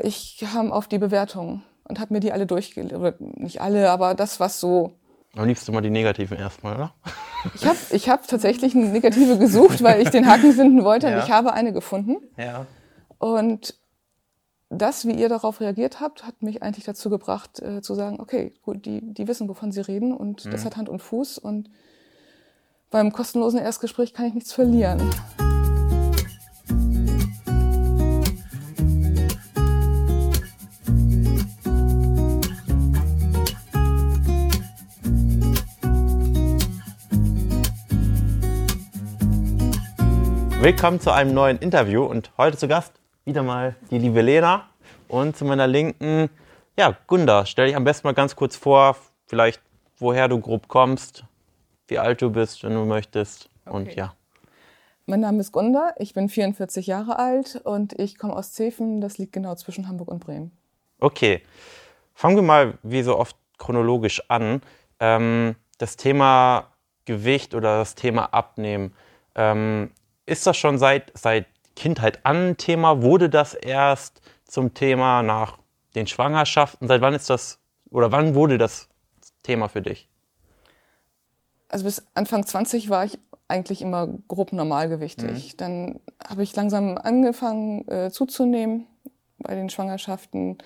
Ich kam auf die Bewertungen und habe mir die alle durchgelesen. Nicht alle, aber das, was so... Am liebsten mal die negativen erstmal, oder? Ich hab tatsächlich eine negative gesucht, weil ich den Haken finden wollte. Ja. Und ich habe eine gefunden. Ja. Und das, wie ihr darauf reagiert habt, hat mich eigentlich dazu gebracht, zu sagen, okay, gut, die wissen, wovon sie reden und das hat Hand und Fuß und beim kostenlosen Erstgespräch kann ich nichts verlieren. Willkommen zu einem neuen Interview und heute zu Gast wieder mal die liebe Lena und zu meiner Linken, ja, Gunda. Stell dich am besten mal ganz kurz vor, vielleicht woher du grob kommst, wie alt du bist, wenn du möchtest. Okay. Und ja. Mein Name ist Gunda, ich bin 44 Jahre alt und ich komme aus Zeven, das liegt genau zwischen Hamburg und Bremen. Okay, fangen wir mal wie so oft chronologisch an. Das Thema Gewicht oder das Thema Abnehmen, ist das schon seit Kindheit an ein Thema? Wurde das erst zum Thema nach den Schwangerschaften? Seit wann ist das oder wann wurde das Thema für dich? Also bis Anfang 20 war ich eigentlich immer grob normalgewichtig. Dann habe ich langsam angefangen zuzunehmen bei den Schwangerschaften.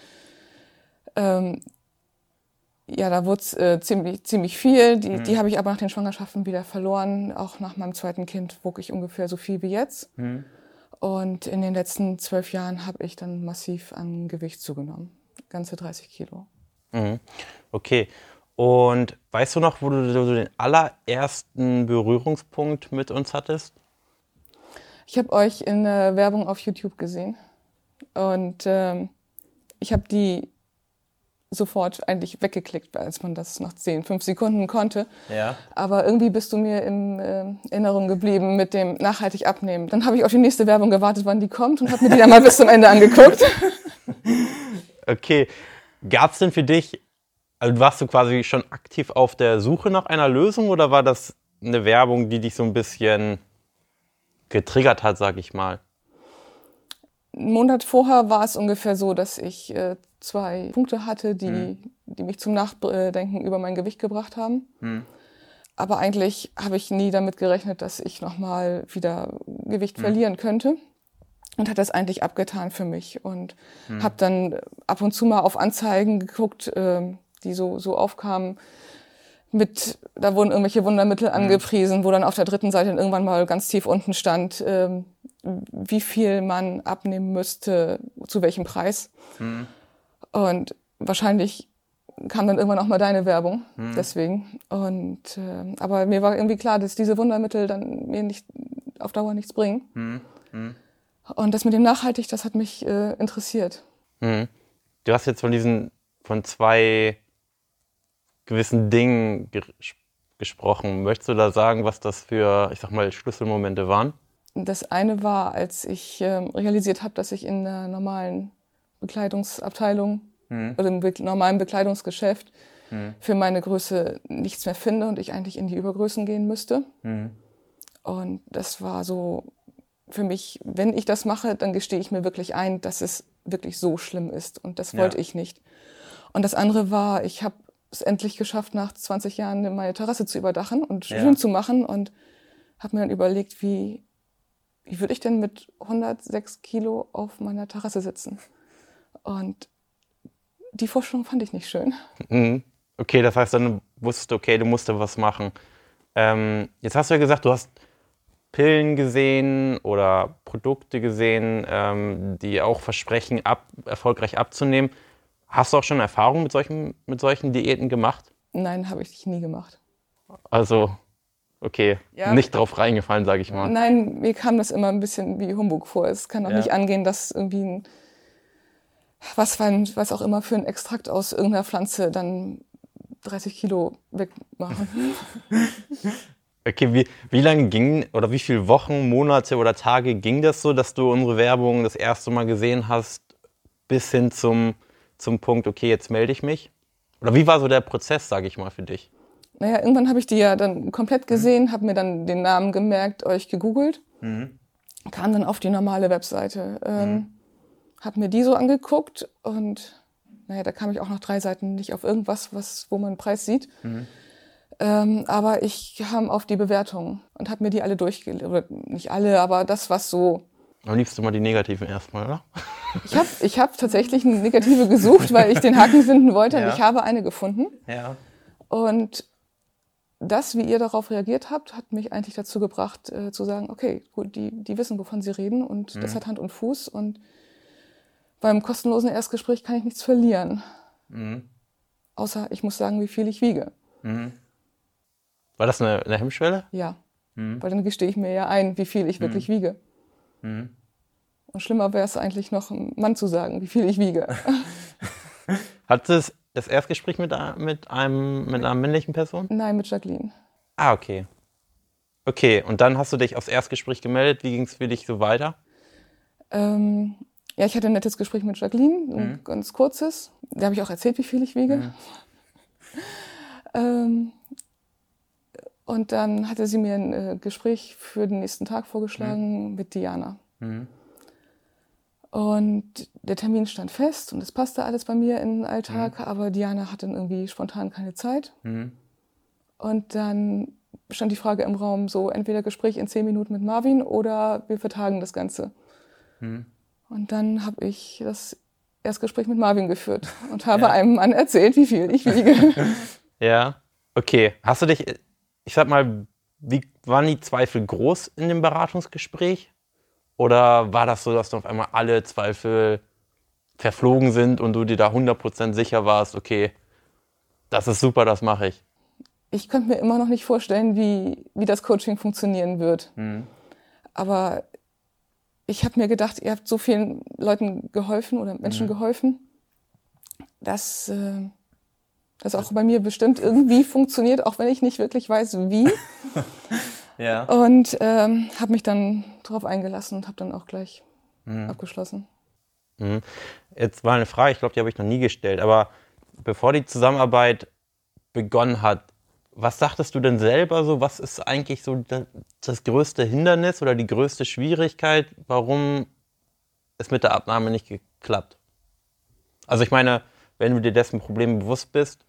Ja, da wurde es ziemlich viel. Die habe ich aber nach den Schwangerschaften wieder verloren. Auch nach meinem zweiten Kind wog ich ungefähr so viel wie jetzt. Und in den letzten 12 Jahren habe ich dann massiv an Gewicht zugenommen. Ganze 30 Kilo. Okay. Und weißt du noch, wo du den allerersten Berührungspunkt mit uns hattest? Ich habe euch in der Werbung auf YouTube gesehen. Und ich habe die sofort eigentlich weggeklickt, als man das nach 5 Sekunden konnte. Ja. Aber irgendwie bist du mir in Erinnerung geblieben mit dem nachhaltig abnehmen. Dann habe ich auf die nächste Werbung gewartet, wann die kommt und habe mir die dann mal bis zum Ende angeguckt. Okay. Gab es denn für dich, also warst du quasi schon aktiv auf der Suche nach einer Lösung oder war das eine Werbung, die dich so ein bisschen getriggert hat, sag ich mal? Einen Monat vorher war es ungefähr so, dass ich 2 Punkte hatte, die mich zum Nachdenken über mein Gewicht gebracht haben. Aber eigentlich habe ich nie damit gerechnet, dass ich nochmal wieder Gewicht verlieren könnte. Und hat das eigentlich abgetan für mich. Und habe dann ab und zu mal auf Anzeigen geguckt, die so aufkamen. Da wurden irgendwelche Wundermittel angepriesen, wo dann auf der dritten Seite dann irgendwann mal ganz tief unten stand, wie viel man abnehmen müsste, zu welchem Preis. Und wahrscheinlich kam dann irgendwann auch mal deine Werbung, deswegen. Und aber mir war irgendwie klar, dass diese Wundermittel dann mir nicht auf Dauer nichts bringen. Und das mit dem Nachhaltig, das hat mich interessiert. Du hast jetzt von 2 gewissen Dingen gesprochen. Möchtest du da sagen, was das für, ich sag mal, Schlüsselmomente waren? Das eine war, als ich realisiert habe, dass ich in der normalen Bekleidungsabteilung oder im normalen Bekleidungsgeschäft für meine Größe nichts mehr finde und ich eigentlich in die Übergrößen gehen müsste. Und das war so für mich, wenn ich das mache, dann gestehe ich mir wirklich ein, dass es wirklich so schlimm ist und das wollte ich nicht. Und das andere war, ich habe es endlich geschafft, nach 20 Jahren meine Terrasse zu überdachen und schön zu machen und habe mir dann überlegt, wie würde ich denn mit 106 Kilo auf meiner Terrasse sitzen? Und die Vorstellung fand ich nicht schön. Okay, das heißt, dann wusstest du, okay, du musst da was machen. Jetzt hast du ja gesagt, du hast Pillen gesehen oder Produkte gesehen, die auch versprechen, erfolgreich abzunehmen. Hast du auch schon Erfahrung mit solchen Diäten gemacht? Nein, habe ich nie gemacht. Also, okay, nicht drauf reingefallen, sage ich mal. Nein, mir kam das immer ein bisschen wie Humbug vor. Es kann auch nicht angehen, dass irgendwie was auch immer für ein Extrakt aus irgendeiner Pflanze dann 30 Kilo wegmachen. Okay, wie lange wie viele Wochen, Monate oder Tage ging das so, dass du unsere Werbung das erste Mal gesehen hast, bis hin zum Punkt, okay, jetzt melde ich mich? Oder wie war so der Prozess, sage ich mal, für dich? Naja, irgendwann habe ich die ja dann komplett gesehen, habe mir dann den Namen gemerkt, euch gegoogelt, kam dann auf die normale Webseite. habe mir die so angeguckt und naja, da kam ich auch nach 3 Seiten nicht auf irgendwas, wo man einen Preis sieht. Aber ich kam auf die Bewertungen und habe mir die alle durchgelesen, oder nicht alle, aber das, was so... Am liebsten mal die negativen erstmal, oder? Ich hab tatsächlich eine negative gesucht, weil ich den Haken finden wollte und ich habe eine gefunden. Ja. Und das, wie ihr darauf reagiert habt, hat mich eigentlich dazu gebracht, zu sagen, okay, gut, die wissen, wovon sie reden und das hat Hand und Fuß und beim kostenlosen Erstgespräch kann ich nichts verlieren. Außer ich muss sagen, wie viel ich wiege. War das eine Hemmschwelle? Ja, weil dann gestehe ich mir ja ein, wie viel ich wirklich wiege. Und schlimmer wäre es eigentlich noch, einem Mann zu sagen, wie viel ich wiege. Hattest du das Erstgespräch mit einer männlichen Person? Nein, mit Jacqueline. Ah, okay. Okay, und dann hast du dich aufs Erstgespräch gemeldet. Wie ging es für dich so weiter? Ja, ich hatte ein nettes Gespräch mit Jacqueline, ein ganz kurzes. Da habe ich auch erzählt, wie viel ich wiege. Und dann hatte sie mir ein Gespräch für den nächsten Tag vorgeschlagen mit Diana. Und der Termin stand fest und es passte alles bei mir in den Alltag, aber Diana hatte dann irgendwie spontan keine Zeit. Und dann stand die Frage im Raum so, entweder Gespräch in 10 Minuten mit Marvin oder wir vertagen das Ganze. Und dann habe ich das Erstgespräch mit Marvin geführt und habe einem Mann erzählt, wie viel ich wiege. Ja, okay. Hast du dich, ich sag mal, waren die Zweifel groß in dem Beratungsgespräch? Oder war das so, dass auf einmal alle Zweifel verflogen sind und du dir da 100% sicher warst, okay, das ist super, das mache ich? Ich könnte mir immer noch nicht vorstellen, wie das Coaching funktionieren wird. Aber ich habe mir gedacht, ihr habt so vielen Leuten geholfen oder Menschen geholfen, dass das auch bei mir bestimmt irgendwie funktioniert, auch wenn ich nicht wirklich weiß, wie. Ja. Und habe mich dann darauf eingelassen und habe dann auch gleich abgeschlossen. Jetzt war eine Frage, ich glaube, die habe ich noch nie gestellt, aber bevor die Zusammenarbeit begonnen hat, was dachtest du denn selber so? Was ist eigentlich so das größte Hindernis oder die größte Schwierigkeit, warum es mit der Abnahme nicht geklappt? Also ich meine, wenn du dir dessen Problem bewusst bist,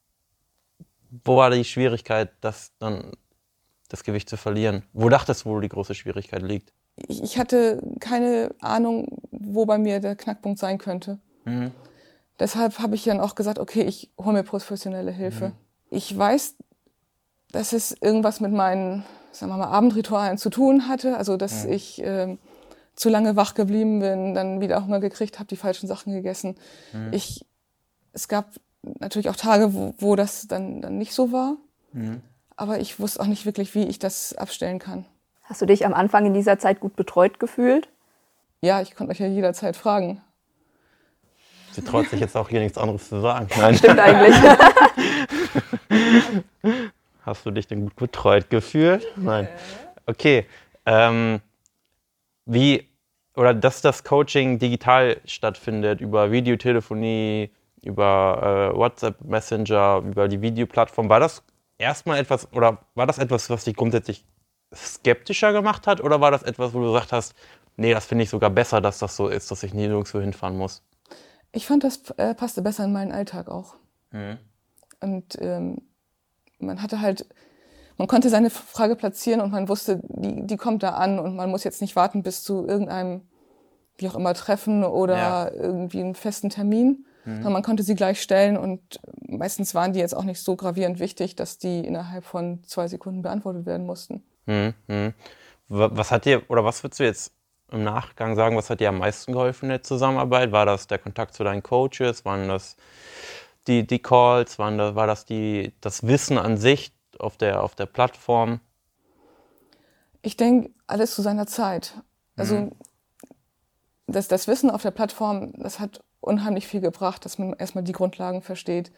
wo war die Schwierigkeit, das Gewicht zu verlieren? Wo dachtest du, wo die große Schwierigkeit liegt? Ich hatte keine Ahnung, wo bei mir der Knackpunkt sein könnte. Deshalb habe ich dann auch gesagt, okay, ich hole mir professionelle Hilfe. Ich weiß, dass es irgendwas mit meinen, sagen wir mal, Abendritualen zu tun hatte. Also, dass ich zu lange wach geblieben bin, dann wieder Hunger gekriegt habe, die falschen Sachen gegessen. Es gab natürlich auch Tage, wo das dann nicht so war. Aber ich wusste auch nicht wirklich, wie ich das abstellen kann. Hast du dich am Anfang in dieser Zeit gut betreut gefühlt? Ja, ich konnte euch ja jederzeit fragen. Sie traut sich jetzt auch hier nichts anderes zu sagen. Nein. Stimmt eigentlich. Hast du dich denn gut betreut gefühlt? Nein. Okay. Dass das Coaching digital stattfindet, über Videotelefonie, über WhatsApp Messenger, über die Videoplattform, war das erstmal etwas, oder war das etwas, was dich grundsätzlich skeptischer gemacht hat, oder war das etwas, wo du gesagt hast, nee, das finde ich sogar besser, dass das so ist, dass ich nirgendwo hinfahren muss? Ich fand, das passte besser in meinen Alltag auch. Und man konnte seine Frage platzieren und man wusste, die kommt da an und man muss jetzt nicht warten bis zu irgendeinem, wie auch immer, Treffen oder irgendwie einen festen Termin, sondern man konnte sie gleich stellen und meistens waren die jetzt auch nicht so gravierend wichtig, dass die innerhalb von 2 Sekunden beantwortet werden mussten. Was würdest du jetzt im Nachgang sagen, was hat dir am meisten geholfen in der Zusammenarbeit? War das der Kontakt zu deinen Coaches? Waren das die Calls? War das das Wissen an sich auf der Plattform? Ich denke, alles zu seiner Zeit. Also das Wissen auf der Plattform, das hat unheimlich viel gebracht, dass man erstmal die Grundlagen versteht.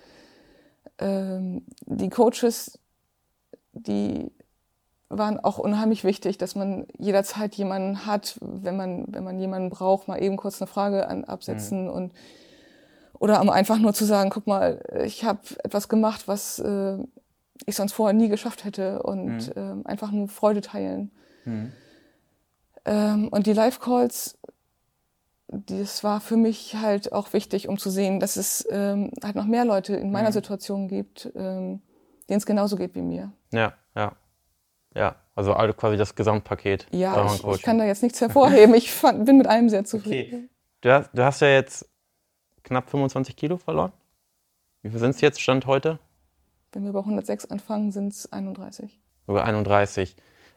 Die Coaches, die waren auch unheimlich wichtig, dass man jederzeit jemanden hat, wenn man jemanden braucht, mal eben kurz eine Frage absetzen oder um einfach nur zu sagen, guck mal, ich habe etwas gemacht, was ich sonst vorher nie geschafft hätte und einfach nur Freude teilen. Und die Live-Calls das war für mich halt auch wichtig, um zu sehen, dass es halt noch mehr Leute in meiner Situation gibt, denen es genauso geht wie mir. Ja. Also quasi das Gesamtpaket. Ja, ich kann da jetzt nichts hervorheben. Ich bin mit allem sehr zufrieden. Okay. Du hast ja jetzt knapp 25 Kilo verloren. Wie viel sind es jetzt, Stand heute? Wenn wir bei 106 anfangen, sind es 31. Über 31.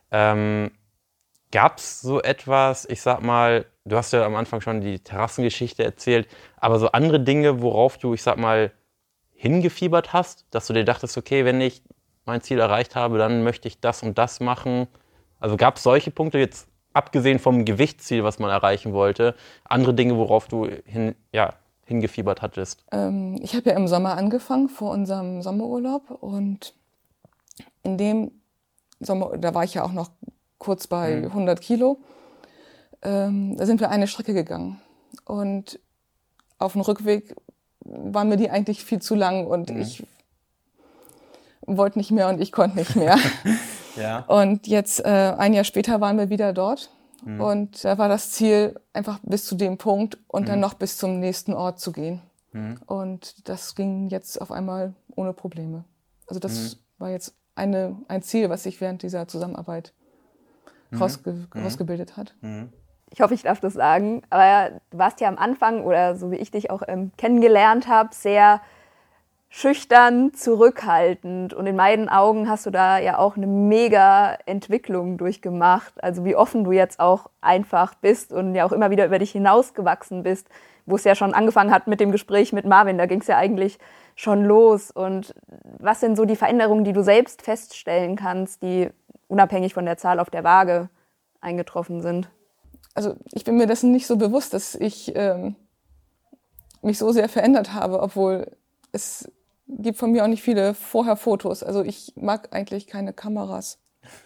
Gab es so etwas, ich sag mal, du hast ja am Anfang schon die Terrassengeschichte erzählt, aber so andere Dinge, worauf du, ich sag mal, hingefiebert hast, dass du dir dachtest, okay, wenn ich mein Ziel erreicht habe, dann möchte ich das und das machen. Also gab es solche Punkte, jetzt abgesehen vom Gewichtsziel, was man erreichen wollte, andere Dinge, worauf du hingefiebert hattest? Ich habe ja im Sommer angefangen, vor unserem Sommerurlaub. Und in dem Sommer, da war ich ja auch noch kurz bei 100 Kilo, da sind wir eine Strecke gegangen. Und auf dem Rückweg war mir die eigentlich viel zu lang und ich wollte nicht mehr und ich konnte nicht mehr. Ja. Und jetzt, ein Jahr später, waren wir wieder dort. Und da war das Ziel, einfach bis zu dem Punkt und dann noch bis zum nächsten Ort zu gehen. Und das ging jetzt auf einmal ohne Probleme. Also das war jetzt ein Ziel, was sich während dieser Zusammenarbeit rausgebildet hat. Ich hoffe, ich darf das sagen, aber du warst ja am Anfang, oder so wie ich dich auch kennengelernt habe, sehr schüchtern, zurückhaltend. Und in meinen Augen hast du da ja auch eine mega Entwicklung durchgemacht. Also wie offen du jetzt auch einfach bist und ja auch immer wieder über dich hinausgewachsen bist, wo es ja schon angefangen hat mit dem Gespräch mit Marvin. Da ging es ja eigentlich schon los. Und was sind so die Veränderungen, die du selbst feststellen kannst, die unabhängig von der Zahl auf der Waage eingetroffen sind? Also ich bin mir dessen nicht so bewusst, dass ich mich so sehr verändert habe, obwohl es gibt von mir auch nicht viele Vorher-Fotos. Also ich mag eigentlich keine Kameras.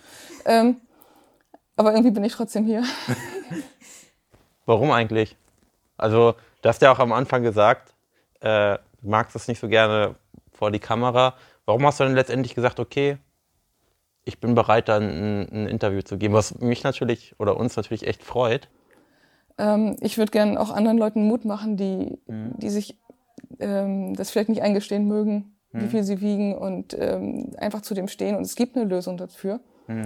Aber irgendwie bin ich trotzdem hier. Warum eigentlich? Also du hast ja auch am Anfang gesagt, du magst es nicht so gerne vor die Kamera. Warum hast du denn letztendlich gesagt, okay, ich bin bereit, dann ein Interview zu geben, was mich natürlich oder uns natürlich echt freut? Ich würde gerne auch anderen Leuten Mut machen, die sich das vielleicht nicht eingestehen mögen, wie viel sie wiegen und einfach zu dem stehen. Und es gibt eine Lösung dafür,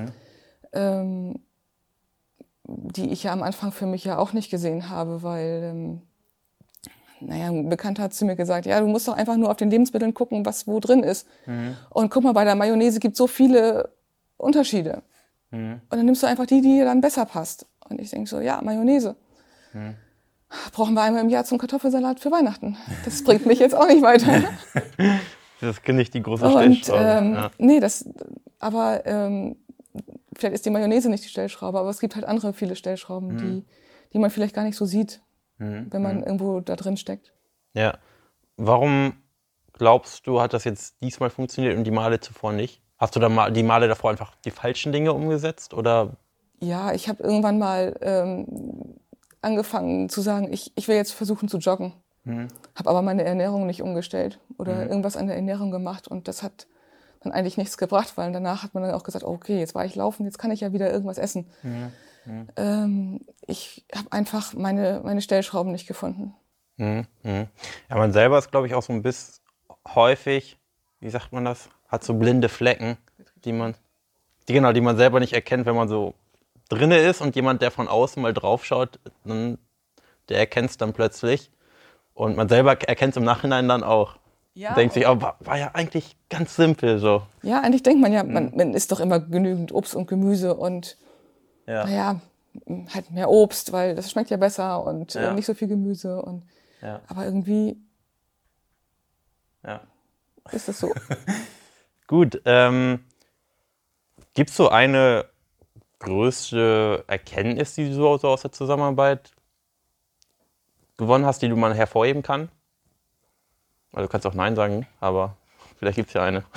die ich ja am Anfang für mich ja auch nicht gesehen habe, weil ein Bekannter hat zu mir gesagt, ja, du musst doch einfach nur auf den Lebensmitteln gucken, was wo drin ist. Und guck mal, bei der Mayonnaise gibt es so viele Unterschiede. Und dann nimmst du einfach die dir dann besser passt. Und ich denke so, ja, Mayonnaise. Brauchen wir einmal im Jahr zum Kartoffelsalat für Weihnachten. Das bringt mich jetzt auch nicht weiter. Das ist nicht die große Stellschraube. Nee, vielleicht ist die Mayonnaise nicht die Stellschraube, aber es gibt halt andere viele Stellschrauben, die man vielleicht gar nicht so sieht, wenn man irgendwo da drin steckt. Ja. Warum glaubst du, hat das jetzt diesmal funktioniert und die Male zuvor nicht? Hast du da die Male davor einfach die falschen Dinge umgesetzt? Oder? Ja, ich habe irgendwann mal angefangen zu sagen, ich will jetzt versuchen zu joggen. Habe aber meine Ernährung nicht umgestellt oder irgendwas an der Ernährung gemacht. Und das hat dann eigentlich nichts gebracht, weil danach hat man dann auch gesagt, okay, jetzt war ich laufen, jetzt kann ich ja wieder irgendwas essen. Ich habe einfach meine Stellschrauben nicht gefunden. Ja, man selber ist, glaube ich, auch so ein bisschen häufig, wie sagt man das, hat so blinde Flecken, die man selber nicht erkennt, wenn man so drinne ist und jemand, der von außen mal draufschaut, der erkennt es dann plötzlich. Und man selber erkennt es im Nachhinein dann auch. Ja, denkt sich, war ja eigentlich ganz simpel so. Ja, eigentlich denkt man ja, man isst doch immer genügend Obst und Gemüse und halt mehr Obst, weil das schmeckt ja besser und nicht so viel Gemüse. Aber irgendwie ist das so. Gut, gibt es so eine größte Erkenntnis, die du so aus der Zusammenarbeit gewonnen hast, die du mal hervorheben kannst? Also du kannst auch Nein sagen, aber vielleicht gibt es ja eine.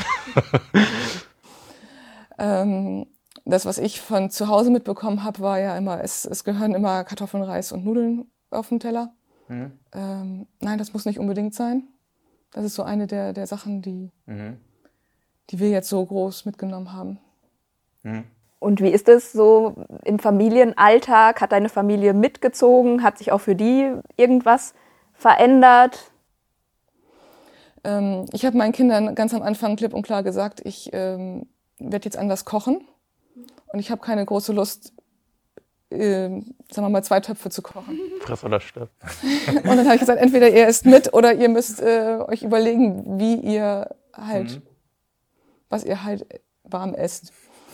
Das, was ich von zu Hause mitbekommen habe, war ja immer, es gehören immer Kartoffeln, Reis und Nudeln auf den Teller. Nein, das muss nicht unbedingt sein. Das ist so eine der Sachen, die wir jetzt so groß mitgenommen haben. Und wie ist es so im Familienalltag? Hat deine Familie mitgezogen? Hat sich auch für die irgendwas verändert? Ich habe meinen Kindern ganz am Anfang klipp und klar gesagt, ich werde jetzt anders kochen. Und ich habe keine große Lust, sagen wir mal, 2 Töpfe zu kochen. Friss oder stirb. Und dann habe ich gesagt, entweder ihr esst mit oder ihr müsst euch überlegen, wie ihr halt, was ihr halt warm esst.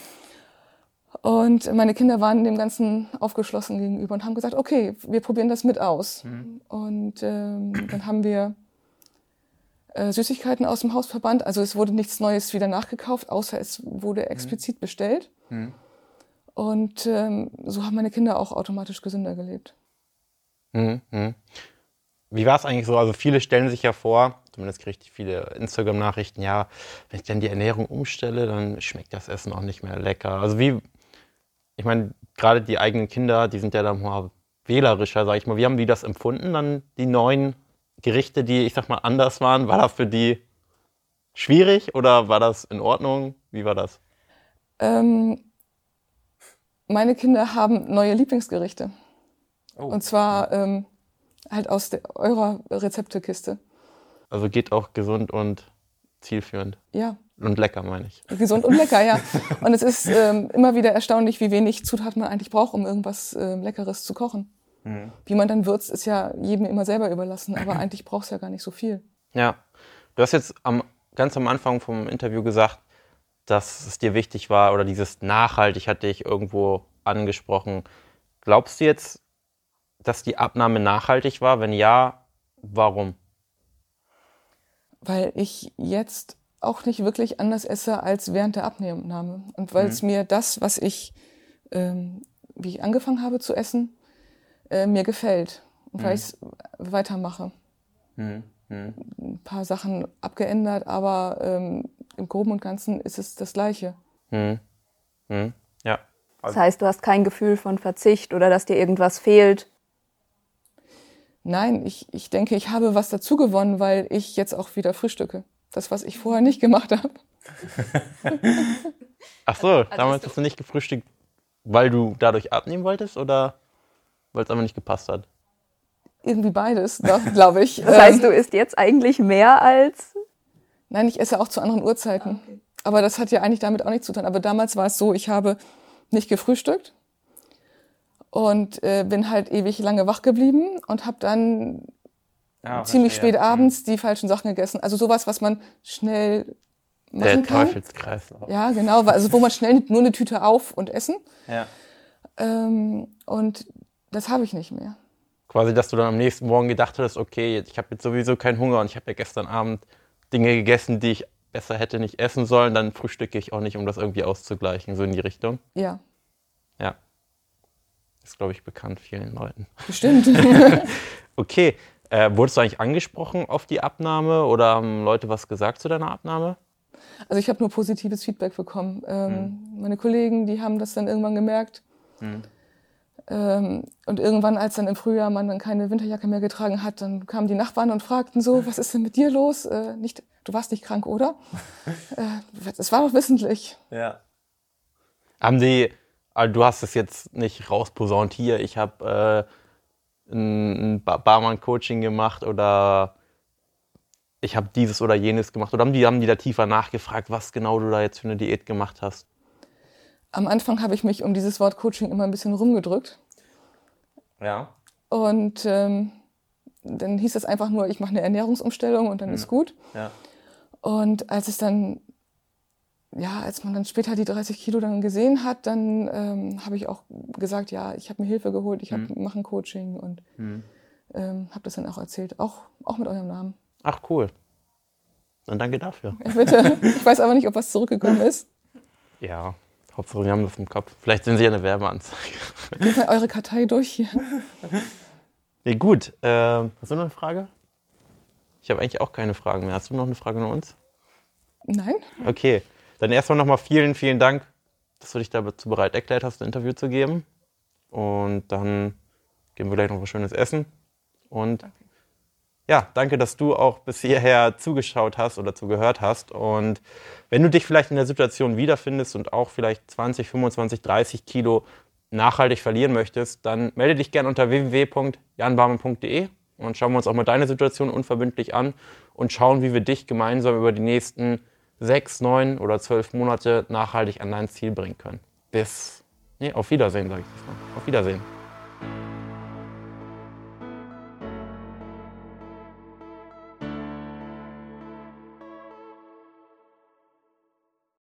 Und meine Kinder waren dem Ganzen aufgeschlossen gegenüber und haben gesagt, okay, wir probieren das mit aus. Und dann haben wir Süßigkeiten aus dem Haus verbannt. Also es wurde nichts Neues wieder nachgekauft, außer es wurde explizit bestellt. Und so haben meine Kinder auch automatisch gesünder gelebt. Wie war es eigentlich so? Also viele stellen sich ja vor, zumindest kriege ich viele Instagram-Nachrichten, ja, wenn ich dann die Ernährung umstelle, dann schmeckt das Essen auch nicht mehr lecker. Also ich meine, gerade die eigenen Kinder, die sind ja dann mal wählerischer, sag ich mal. Wie haben die das empfunden, dann die neuen Gerichte, die, ich sag mal, anders waren? War das für die schwierig oder war das in Ordnung? Wie war das? Meine Kinder haben neue Lieblingsgerichte. Oh. Und zwar halt aus eurer Rezeptekiste. Also geht auch gesund und zielführend. Ja. Und lecker, meine ich. Gesund und lecker, ja. Und es ist immer wieder erstaunlich, wie wenig Zutaten man eigentlich braucht, um irgendwas Leckeres zu kochen. Wie man dann würzt, ist ja jedem immer selber überlassen, aber eigentlich braucht es ja gar nicht so viel. Ja. Du hast jetzt ganz am Anfang vom Interview gesagt, dass es dir wichtig war, oder dieses nachhaltig hatte ich irgendwo angesprochen. Glaubst du jetzt, dass die Abnahme nachhaltig war? Wenn ja, warum? Weil ich jetzt auch nicht wirklich anders esse als während der Abnahme. Und weil es mir das, was ich, wie ich angefangen habe zu essen, mir gefällt. Und weil ich es weitermache. Ein paar Sachen abgeändert, aber im Groben und Ganzen ist es das Gleiche. Ja. Das heißt, du hast kein Gefühl von Verzicht oder dass dir irgendwas fehlt? Nein, ich denke, ich habe was dazu gewonnen, weil ich jetzt auch wieder frühstücke. Das, was ich vorher nicht gemacht habe. Ach so, damals hast du nicht gefrühstückt, weil du dadurch abnehmen wolltest oder weil es einfach nicht gepasst hat? Irgendwie beides, glaube ich. Das heißt, du isst jetzt eigentlich mehr als... Nein, ich esse auch zu anderen Uhrzeiten. Okay. Aber das hat ja eigentlich damit auch nichts zu tun. Aber damals war es so, ich habe nicht gefrühstückt und bin halt ewig lange wach geblieben und habe dann ziemlich spät abends die falschen Sachen gegessen. Also sowas, was man schnell machen kann. Der Teufelskreislauf. Ja, genau. Also wo man schnell nur eine Tüte auf und essen. Ja. Und das habe ich nicht mehr. Quasi, dass du dann am nächsten Morgen gedacht hast, okay, ich habe jetzt sowieso keinen Hunger und ich habe ja gestern Abend Dinge gegessen, die ich besser hätte nicht essen sollen, dann frühstücke ich auch nicht, um das irgendwie auszugleichen, so in die Richtung. Ja. Ja. Ist, glaube ich, bekannt vielen Leuten. Bestimmt. Okay. Wurdest du eigentlich angesprochen auf die Abnahme oder haben Leute was gesagt zu deiner Abnahme? Also ich habe nur positives Feedback bekommen. Meine Kollegen, die haben das dann irgendwann gemerkt. Und irgendwann, als dann im Frühjahr man dann keine Winterjacke mehr getragen hat, dann kamen die Nachbarn und fragten so, was ist denn mit dir los? Du warst nicht krank, oder? Das war doch wissentlich. Ja. Du hast es jetzt nicht rausposaunt hier, ich habe ein Barmann-Coaching gemacht oder ich habe dieses oder jenes gemacht. Oder haben die da tiefer nachgefragt, was genau du da jetzt für eine Diät gemacht hast? Am Anfang habe ich mich um dieses Wort Coaching immer ein bisschen rumgedrückt. Ja. Und dann hieß es einfach nur, ich mache eine Ernährungsumstellung und dann ist gut. Ja. Und als man dann später die 30 Kilo dann gesehen hat, dann habe ich auch gesagt, ja, ich habe mir Hilfe geholt, ich mache ein Coaching und habe das dann auch erzählt, auch mit eurem Namen. Ach, cool. Dann danke dafür. Ja, bitte. Ich weiß aber nicht, ob was zurückgekommen ist. Ja, Hauptsache wir haben das im Kopf. Vielleicht sind Sie ja eine Werbeanzeige. Geht mal eure Kartei durch hier. Nee, gut. Hast du noch eine Frage? Ich habe eigentlich auch keine Fragen mehr. Hast du noch eine Frage an uns? Nein. Okay. Dann erstmal nochmal vielen, vielen Dank, dass du dich dazu bereit erklärt hast, ein Interview zu geben. Und dann gehen wir gleich noch was Schönes essen. Und ja, danke, dass du auch bis hierher zugeschaut hast oder zugehört hast. Und wenn du dich vielleicht in der Situation wiederfindest und auch vielleicht 20, 25, 30 Kilo nachhaltig verlieren möchtest, dann melde dich gerne unter www.janbarmen.de und schauen wir uns auch mal deine Situation unverbindlich an und schauen, wie wir dich gemeinsam über die nächsten 6, 9 oder 12 Monate nachhaltig an dein Ziel bringen können. Auf Wiedersehen, sage ich jetzt mal. Auf Wiedersehen.